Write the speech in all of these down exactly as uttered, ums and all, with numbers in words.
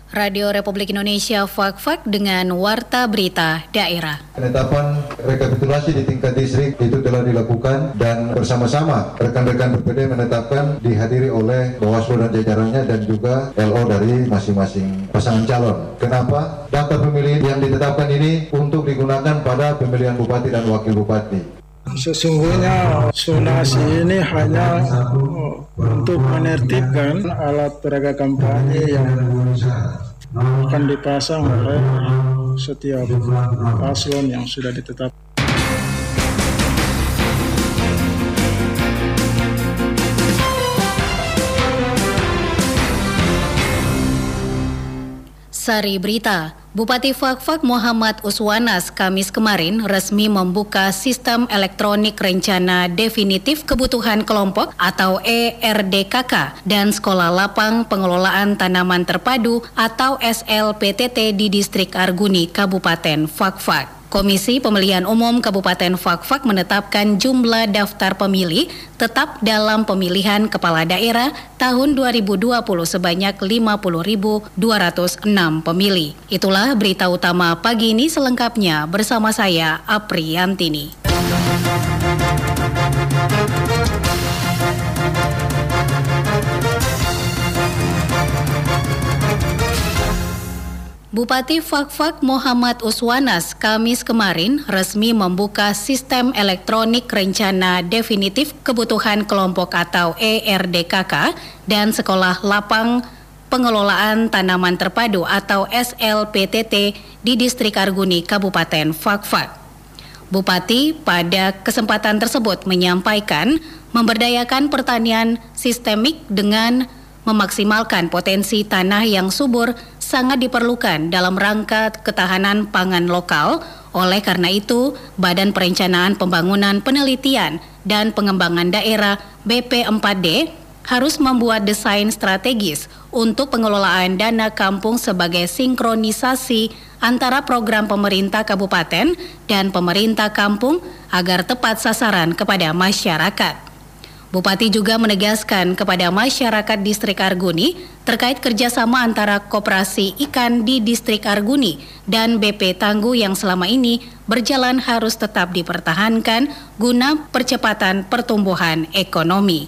Radio Republik Indonesia Fak-Fak dengan Warta Berita Daerah. Penetapan rekapitulasi di tingkat distrik itu telah dilakukan dan bersama-sama rekan-rekan B P D menetapkan dihadiri oleh Bawaslu dan jajarannya dan juga L O dari masing-masing pasangan calon. Kenapa? Daftar pemilih yang ditetapkan ini untuk digunakan pada pemilihan bupati dan wakil bupati. Sesungguhnya zonasi ini hanya untuk menertibkan alat peraga kampanye yang akan dipasang oleh setiap paslon yang sudah ditetapkan. Sari Berita, Bupati Fak-Fak Muhammad Uswanas Kamis kemarin resmi membuka Sistem Elektronik Rencana Definitif Kebutuhan Kelompok atau E R D K K dan Sekolah Lapang Pengelolaan Tanaman Terpadu atau S L P T T di Distrik Arguni, Kabupaten Fak-Fak. Komisi Pemilihan Umum Kabupaten Fak-Fak menetapkan jumlah daftar pemilih tetap dalam pemilihan kepala daerah tahun dua ribu dua puluh sebanyak lima puluh ribu dua ratus enam pemilih. Itulah berita utama pagi ini, selengkapnya bersama saya Apriyantini. Bupati Fak-Fak Muhammad Uswanas Kamis kemarin resmi membuka Sistem Elektronik Rencana Definitif Kebutuhan Kelompok atau E R D K K dan Sekolah Lapang Pengelolaan Tanaman Terpadu atau S L P T T di Distrik Arguni, Kabupaten Fak-Fak. Bupati pada kesempatan tersebut menyampaikan memberdayakan pertanian sistemik dengan memaksimalkan potensi tanah yang subur sangat diperlukan dalam rangka ketahanan pangan lokal. Oleh karena itu, Badan Perencanaan Pembangunan Penelitian dan Pengembangan Daerah B P empat D harus membuat desain strategis untuk pengelolaan dana kampung sebagai sinkronisasi antara program pemerintah kabupaten dan pemerintah kampung agar tepat sasaran kepada masyarakat. Bupati juga menegaskan kepada masyarakat Distrik Arguni terkait kerjasama antara Koperasi Ikan di Distrik Arguni dan B P Tangguh yang selama ini berjalan harus tetap dipertahankan guna percepatan pertumbuhan ekonomi.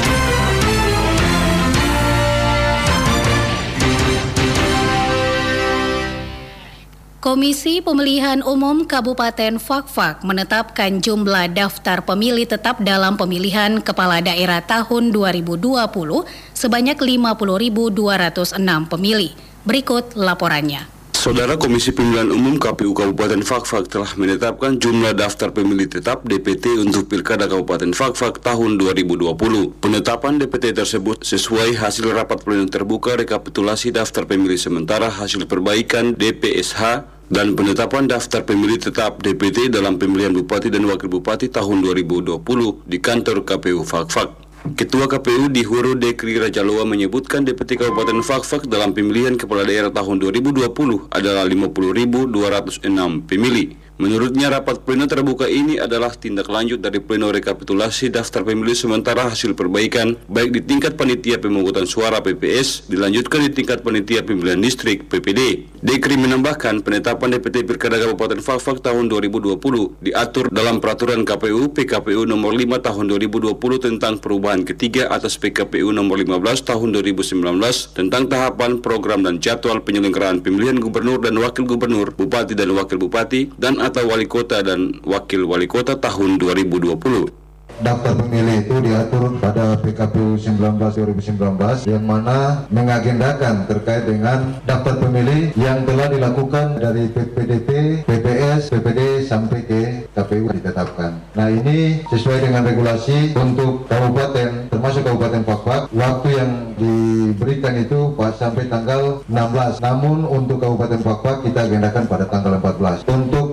Komisi Pemilihan Umum Kabupaten Fak-Fak menetapkan jumlah daftar pemilih tetap dalam pemilihan kepala daerah tahun dua ribu dua puluh sebanyak lima puluh ribu dua ratus enam pemilih. Berikut laporannya. Saudara Komisi Pemilihan Umum K P U Kabupaten Fak-Fak telah menetapkan jumlah daftar pemilih tetap D P T untuk Pilkada Kabupaten Fak-Fak tahun dua ribu dua puluh. Penetapan D P T tersebut sesuai hasil rapat pleno terbuka rekapitulasi daftar pemilih sementara hasil perbaikan D P S H dan penetapan daftar pemilih tetap D P T dalam pemilihan Bupati dan Wakil Bupati tahun dua ribu dua puluh di kantor K P U Fak-Fak. Ketua K P U di Huru Dekri Raja Loa menyebutkan D P T Kabupaten Fak-Fak dalam pemilihan kepala daerah tahun dua ribu dua puluh adalah lima puluh ribu dua ratus enam pemilih. Menurutnya, rapat pleno terbuka ini adalah tindak lanjut dari pleno rekapitulasi daftar pemilih sementara hasil perbaikan baik di tingkat panitia pemungutan suara P P S dilanjutkan di tingkat panitia pemilihan distrik P P D. Dekri menambahkan penetapan D P T Pilkada Kabupaten Fak-Fak tahun dua ribu dua puluh diatur dalam peraturan K P U P K P U nomor lima tahun dua ribu dua puluh tentang perubahan ketiga atas P K P U nomor lima belas tahun dua ribu sembilan belas tentang tahapan, program dan jadwal penyelenggaraan pemilihan gubernur dan wakil gubernur, bupati dan wakil bupati dan atau wali kota dan wakil wali kota tahun dua ribu dua puluh. Daftar pemilih itu diatur pada P K P U sembilan belas dua ribu sembilan belas yang mana mengagendakan terkait dengan daftar pemilih yang telah dilakukan dari P P D P, P P S, P P D sampai ke K P U ditetapkan. Nah, ini sesuai dengan regulasi untuk kabupaten termasuk Kabupaten Fak-Fak, waktu yang diberikan itu sampai tanggal enam belas. Namun untuk Kabupaten Fak-Fak kita agendakan pada tanggal empat belas. Untuk perbaikan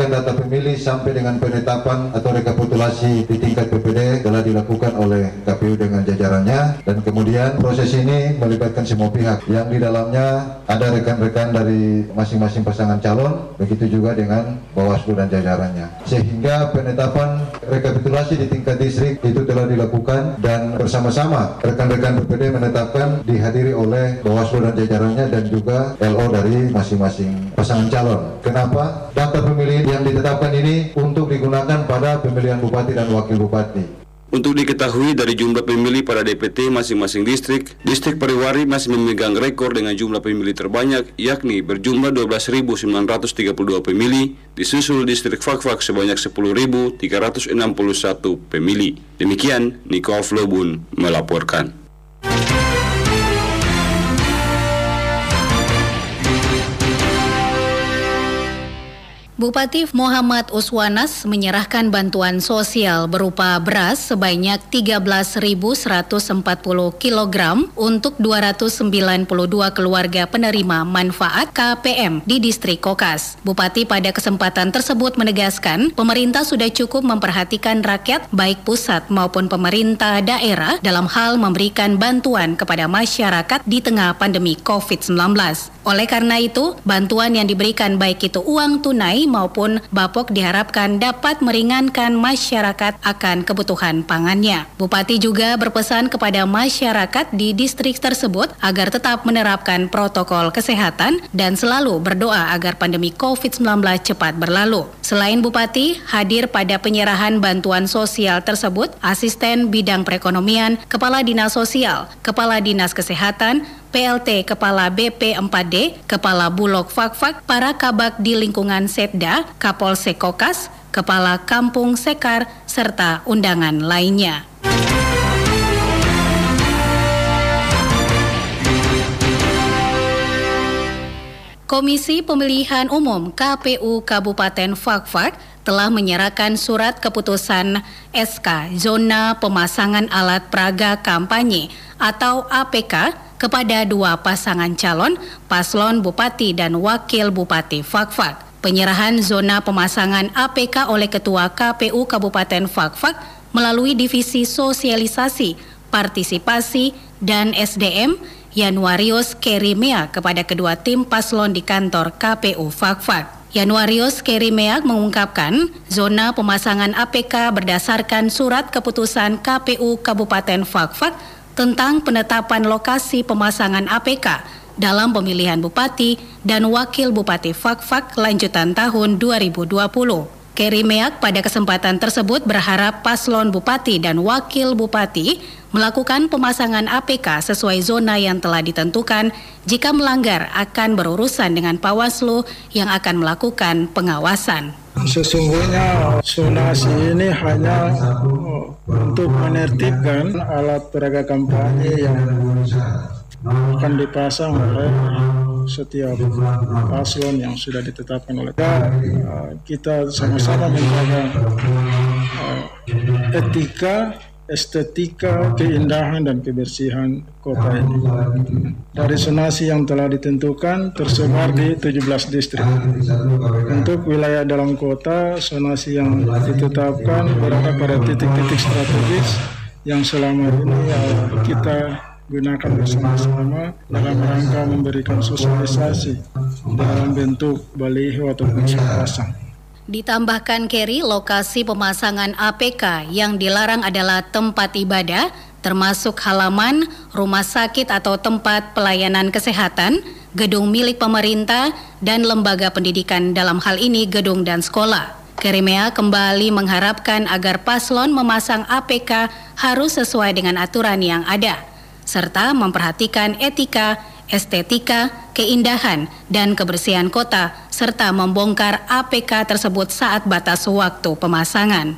pengecekan data pemilih sampai dengan penetapan atau rekapitulasi di tingkat P P D telah dilakukan oleh K P U dengan jajarannya, dan kemudian proses ini melibatkan semua pihak yang di dalamnya ada rekan-rekan dari masing-masing pasangan calon, begitu juga dengan Bawaslu dan jajarannya, sehingga penetapan rekapitulasi di tingkat distrik itu telah dilakukan dan bersama-sama rekan-rekan P P D menetapkan dihadiri oleh Bawaslu dan jajarannya dan juga L O dari masing-masing pasangan calon. Kenapa? Data pemilih yang ditetapkan ini untuk digunakan pada pemilihan bupati dan wakil bupati. Untuk diketahui dari jumlah pemilih pada D P T masing-masing distrik, distrik Pariwari masih memegang rekor dengan jumlah pemilih terbanyak, yakni berjumlah dua belas ribu sembilan ratus tiga puluh dua pemilih, disusul distrik Fakfak sebanyak sepuluh ribu tiga ratus enam puluh satu pemilih. Demikian, Niko Flobun melaporkan. Bupati Muhammad Uswanas menyerahkan bantuan sosial berupa beras sebanyak tiga belas ribu seratus empat puluh kilogram untuk dua ratus sembilan puluh dua keluarga penerima manfaat K P M di distrik Kokas. Bupati pada kesempatan tersebut menegaskan pemerintah sudah cukup memperhatikan rakyat baik pusat maupun pemerintah daerah dalam hal memberikan bantuan kepada masyarakat di tengah pandemi covid sembilan belas. Oleh karena itu, bantuan yang diberikan baik itu uang tunai maupun bapok diharapkan dapat meringankan masyarakat akan kebutuhan pangannya. Bupati juga berpesan kepada masyarakat di distrik tersebut agar tetap menerapkan protokol kesehatan dan selalu berdoa agar pandemi covid sembilan belas cepat berlalu. Selain Bupati, hadir pada penyerahan bantuan sosial tersebut Asisten Bidang Perekonomian, Kepala Dinas Sosial, Kepala Dinas Kesehatan, P L T Kepala B P empat D, Kepala Bulog Fakfak, para kabak di lingkungan Setda, Kapolsek Kokas, Kepala Kampung Sekar, serta undangan lainnya. Komisi Pemilihan Umum K P U Kabupaten Fakfak telah menyerahkan surat keputusan S K Zona Pemasangan Alat Peraga Kampanye atau A P K kepada dua pasangan calon paslon Bupati dan Wakil Bupati Fakfak. Penyerahan zona pemasangan A P K oleh Ketua K P U Kabupaten Fakfak melalui Divisi Sosialisasi, Partisipasi, dan S D M Januarius Kerimea kepada kedua tim paslon di kantor K P U Fakfak. Januarius Kerimea mengungkapkan zona pemasangan A P K berdasarkan surat keputusan K P U Kabupaten Fakfak tentang penetapan lokasi pemasangan A P K dalam pemilihan Bupati dan Wakil Bupati Fakfak lanjutan tahun dua ribu dua puluh. Kerimeak pada kesempatan tersebut berharap paslon Bupati dan Wakil Bupati melakukan pemasangan A P K sesuai zona yang telah ditentukan. Jika melanggar akan berurusan dengan Bawaslu yang akan melakukan pengawasan. Sesungguhnya zonasi ini hanya untuk menertibkan alat peraga kampanye yang akan dipasang oleh setiap paslon yang sudah ditetapkan oleh kita. Kita sama-sama menjaga etika, estetika, keindahan, dan kebersihan kota ini. Dari zonasi yang telah ditentukan tersebar di tujuh belas distrik. Untuk wilayah dalam kota, zonasi yang ditetapkan berada pada titik-titik strategis yang selama ini ya, kita gunakan bersama-sama dalam rangka memberikan sosialisasi dalam bentuk baliho ataupun pasang. Ditambahkan Kerry, lokasi pemasangan A P K yang dilarang adalah tempat ibadah, termasuk halaman, rumah sakit atau tempat pelayanan kesehatan, gedung milik pemerintah, dan lembaga pendidikan, dalam hal ini gedung dan sekolah. Kerimea kembali mengharapkan agar paslon memasang A P K harus sesuai dengan aturan yang ada, serta memperhatikan etika, estetika, keindahan, dan kebersihan kota, serta membongkar A P K tersebut saat batas waktu pemasangan.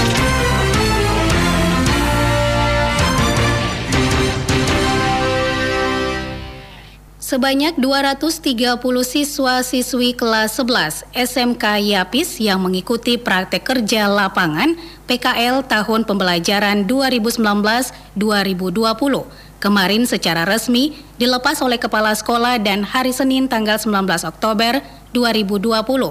Sebanyak dua ratus tiga puluh siswa-siswi kelas sebelas S M K Yapis yang mengikuti praktek kerja lapangan P K L tahun pembelajaran dua ribu sembilan belas dua ribu dua puluh kemarin secara resmi dilepas oleh Kepala Sekolah dan hari Senin tanggal sembilan belas Oktober dua ribu dua puluh.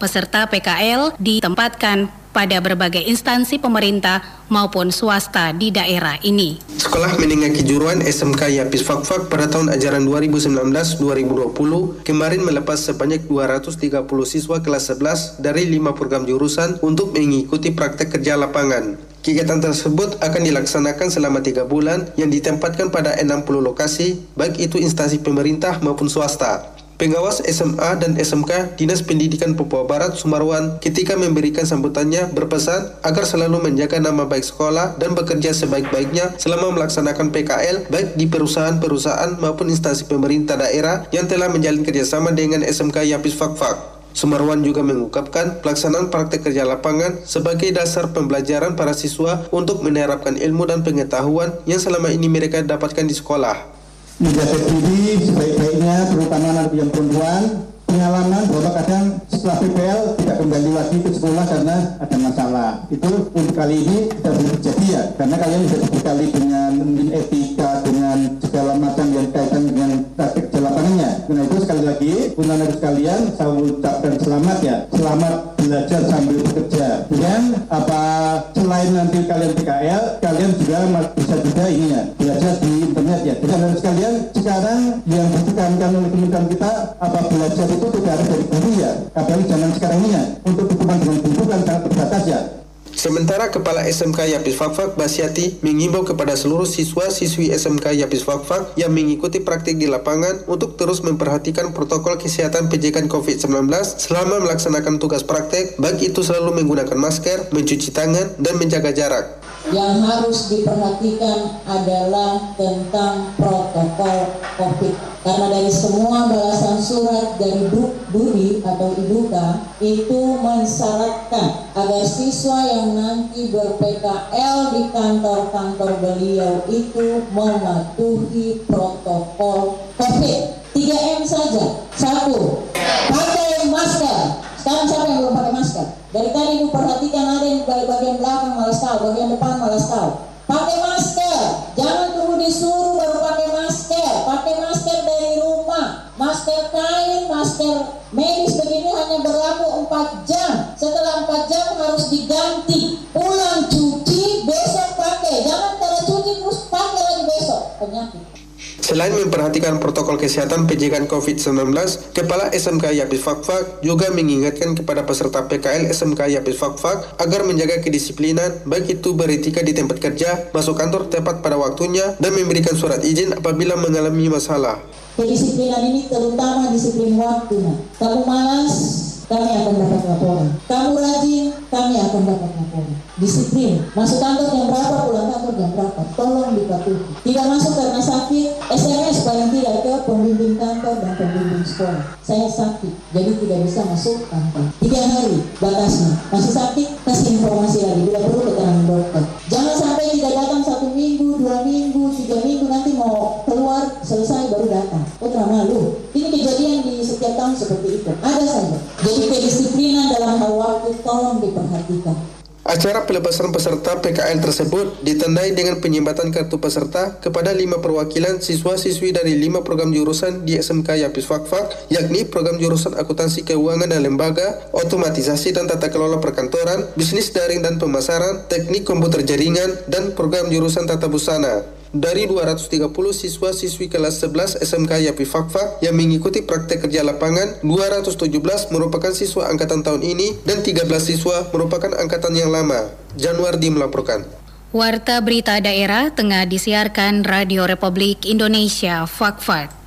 Peserta P K L ditempatkan pada berbagai instansi pemerintah maupun swasta di daerah ini. Sekolah Menengah Kejuruan S M K Yapis Fakfak pada tahun ajaran dua ribu sembilan belas dua ribu dua puluh kemarin melepas sebanyak dua ratus tiga puluh siswa kelas sebelas dari lima program jurusan untuk mengikuti praktek kerja lapangan. Kegiatan tersebut akan dilaksanakan selama tiga bulan yang ditempatkan pada enam puluh lokasi, baik itu instansi pemerintah maupun swasta. Pengawas S M A dan S M K Dinas Pendidikan Papua Barat Sumarwan ketika memberikan sambutannya berpesan agar selalu menjaga nama baik sekolah dan bekerja sebaik-baiknya selama melaksanakan P K L baik di perusahaan-perusahaan maupun instansi pemerintah daerah yang telah menjalin kerjasama dengan S M K Yapis Fakfak. Sumarwan juga mengungkapkan pelaksanaan praktek kerja lapangan sebagai dasar pembelajaran para siswa untuk menerapkan ilmu dan pengetahuan yang selama ini mereka dapatkan di sekolah. Menjaga diri sebaik-baiknya, terutama anak yang perempuan. Pengalaman bahwa kadang setelah P P L tidak kembali lagi ke sekolah karena ada masalah. Itu untuk kali ini tidak boleh terjadi ya, karena kalian sudah dibekali dengan etika, dengan segala macam yang kaitan dengan praktik di lapangannya. Karena itu sekali lagi, anak sekalian saya ucapkan selamat ya, selamat belajar sambil bekerja. Dan apa selain nanti kalian P K L, kalian juga bisa juga ini ya, belajar di internet ya. Jadi anak sekalian sekarang yang ditekankan oleh kementerian kita apa belajar itu tidak ada dari guru ya, apalagi zaman sekarang ini ya, untuk hubungan dengan guru kan sangat terbatas ya. Sementara Kepala S M K Yapis Fakfak Basyati mengimbau kepada seluruh siswa-siswi S M K Yapis Fakfak yang mengikuti praktik di lapangan untuk terus memperhatikan protokol kesehatan pencegahan covid sembilan belas selama melaksanakan tugas praktek, baik itu selalu menggunakan masker, mencuci tangan, dan menjaga jarak. Yang harus diperhatikan adalah tentang protokol COVID. Karena dari semua balasan surat dari Bu Budi atau Ibuka itu mensyaratkan agar siswa yang nanti ber-P K L di kantor-kantor beliau itu mematuhi protokol COVID. tiga M saja. Satu, pakai masker. Sekarang siapa yang belum pakai masker? Dari tadi Ibu perhatikan ada yang bagian belakang malas tahu, bagian depan malas tahu. Pakai masker. Jangan tunggu disuruh baru pakai masker. Pakai masker dari rumah. Masker kain, masker medis begini hanya berlaku empat jam. Setelah empat jam harus diganti. Pulang cuci, besok pakai. Jangan terus cuci terus pakai lagi besok. Penyakit. Selain memperhatikan protokol kesehatan pencegahan covid sembilan belas, Kepala S M K Yapis Fakfak juga mengingatkan kepada peserta P K L S M K Yapis Fakfak agar menjaga kedisiplinan, baik itu beretika di tempat kerja, masuk kantor tepat pada waktunya, dan memberikan surat izin apabila mengalami masalah. Kedisiplinan ini terutama disiplin waktu. Kamu malas, kami akan dapat laporan. Kamu rajin, kami akan dapat laporan. Disiplin. Masuk kantor jam berapa, pulang kantor jam berapa. Tolong dipatuhi. Tidak masuk karena sakit, S M S paling tidak ke pembimbing kantor dan pembimbing sekolah. Saya sakit, jadi tidak bisa masuk kantor. Tiga hari batasnya. Masih sakit, kasih informasi lagi. Bila perlu keterangan dokter. Jangan sampai tidak datang satu minggu, dua minggu, tiga minggu, nanti mau keluar, selesai baru datang. Putra malu. Ini kejadian di setiap tahun seperti itu. Ada saja. Jadi kedisiplinan dalam hal waktu tolong diperhatikan. Acara pelepasan peserta P K L tersebut ditandai dengan penyembatan kartu peserta kepada lima perwakilan siswa-siswi dari lima program jurusan di S M K Yapis Fakfak, yakni program jurusan akuntansi keuangan dan lembaga, otomatisasi dan tata kelola perkantoran, bisnis daring dan pemasaran, teknik komputer jaringan, dan program jurusan tata busana. Dari dua ratus tiga puluh siswa-siswi kelas sebelas S M K Yapis Fakfak yang mengikuti praktek kerja lapangan, dua ratus tujuh belas merupakan siswa angkatan tahun ini dan tiga belas siswa merupakan angkatan yang lama. Januardi melaporkan. Warta Berita Daerah tengah disiarkan Radio Republik Indonesia Fakfak.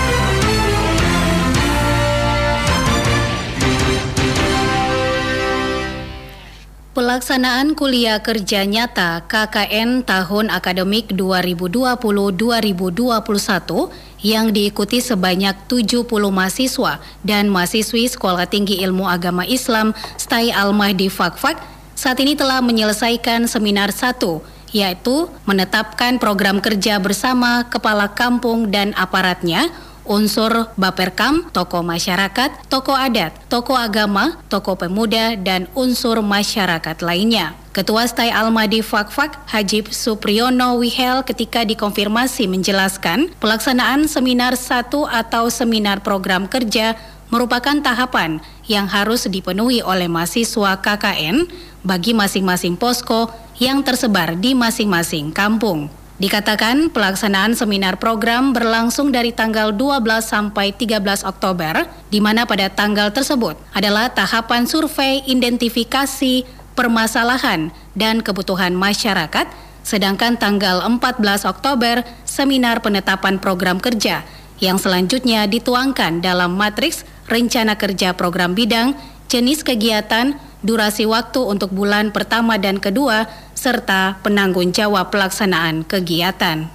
Pelaksanaan kuliah kerja nyata K K N tahun akademik dua ribu dua puluh dua ribu dua puluh satu yang diikuti sebanyak tujuh puluh mahasiswa dan mahasiswi Sekolah Tinggi Ilmu Agama Islam S T A I Al-Mahdi Fakfak saat ini telah menyelesaikan seminar satu, yaitu menetapkan program kerja bersama kepala kampung dan aparatnya unsur Baperkam, tokoh masyarakat, tokoh adat, tokoh agama, tokoh pemuda, dan unsur masyarakat lainnya. Ketua Stai Almadi Fakfak, Hajib Supriyono Wihel ketika dikonfirmasi menjelaskan pelaksanaan seminar satu atau seminar program kerja merupakan tahapan yang harus dipenuhi oleh mahasiswa K K N bagi masing-masing posko yang tersebar di masing-masing kampung. Dikatakan pelaksanaan seminar program berlangsung dari tanggal dua belas sampai tiga belas Oktober, di mana pada tanggal tersebut adalah tahapan survei identifikasi permasalahan dan kebutuhan masyarakat, sedangkan tanggal empat belas Oktober seminar penetapan program kerja yang selanjutnya dituangkan dalam matriks rencana kerja program bidang, jenis kegiatan, durasi waktu untuk bulan pertama dan kedua, serta penanggung jawab pelaksanaan kegiatan.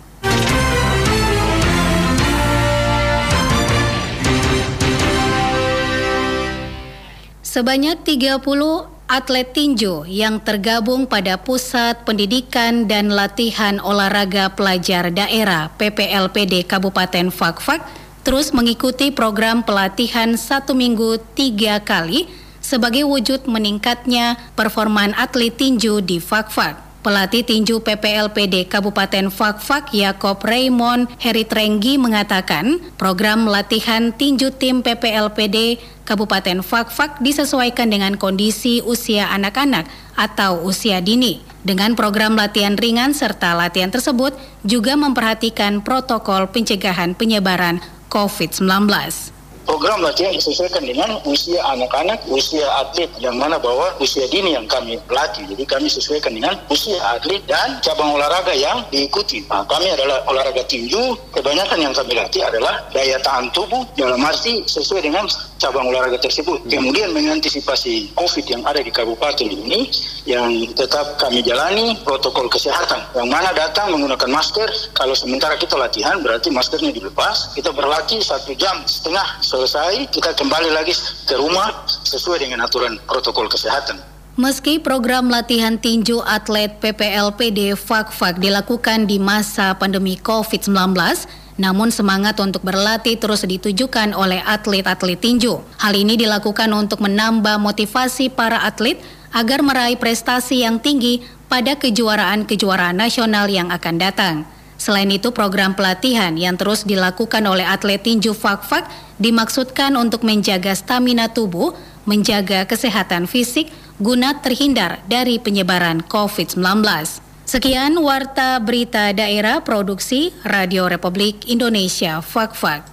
Sebanyak tiga puluh atlet tinju yang tergabung pada Pusat Pendidikan dan Latihan Olahraga Pelajar Daerah P P L P D Kabupaten Fakfak terus mengikuti program pelatihan satu minggu tiga kali sebagai wujud meningkatnya performan atlet tinju di Fakfak. Pelatih tinju P P L P D Kabupaten Fakfak Yakob Raymond Heritrenggi mengatakan program latihan tinju tim P P L P D Kabupaten Fakfak disesuaikan dengan kondisi usia anak-anak atau usia dini. Dengan program latihan ringan serta latihan tersebut juga memperhatikan protokol pencegahan penyebaran covid sembilan belas. Program latihan disesuaikan dengan usia anak-anak, usia atlet, yang mana bahwa usia dini yang kami latih. Jadi kami sesuaikan dengan usia atlet dan cabang olahraga yang diikuti. Nah, kami adalah olahraga tinju, kebanyakan yang kami latih adalah daya tahan tubuh, dalam arti sesuai dengan cabang olahraga tersebut. Kemudian mengantisipasi COVID yang ada di kabupaten ini, yang tetap kami jalani protokol kesehatan. Yang mana datang menggunakan masker, kalau sementara kita latihan berarti maskernya dilepas, kita berlatih satu jam setengah, selesai, kita kembali lagi ke rumah sesuai dengan aturan protokol kesehatan. Meski program latihan tinju atlet P P L P D Fakfak dilakukan di masa pandemi covid sembilan belas, namun semangat untuk berlatih terus ditujukan oleh atlet-atlet tinju. Hal ini dilakukan untuk menambah motivasi para atlet agar meraih prestasi yang tinggi pada kejuaraan-kejuaraan nasional yang akan datang. Selain itu, program pelatihan yang terus dilakukan oleh atlet tinju Fakfak dimaksudkan untuk menjaga stamina tubuh, menjaga kesehatan fisik, guna terhindar dari penyebaran covid sembilan belas. Sekian Warta Berita Daerah Produksi Radio Republik Indonesia Fakfak.